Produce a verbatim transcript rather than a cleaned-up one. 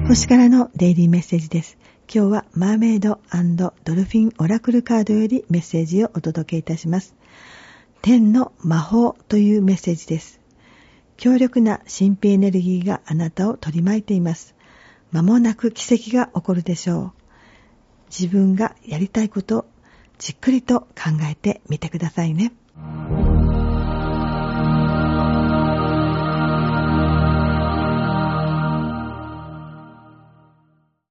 星からのデイリーメッセージです。今日はマーメイド&ドルフィンオラクルカードよりメッセージをお届けいたします。天の魔法というメッセージです。強力な神秘エネルギーがあなたを取り巻いています。間もなく奇跡が起こるでしょう。自分がやりたいことをじっくりと考えてみてくださいね。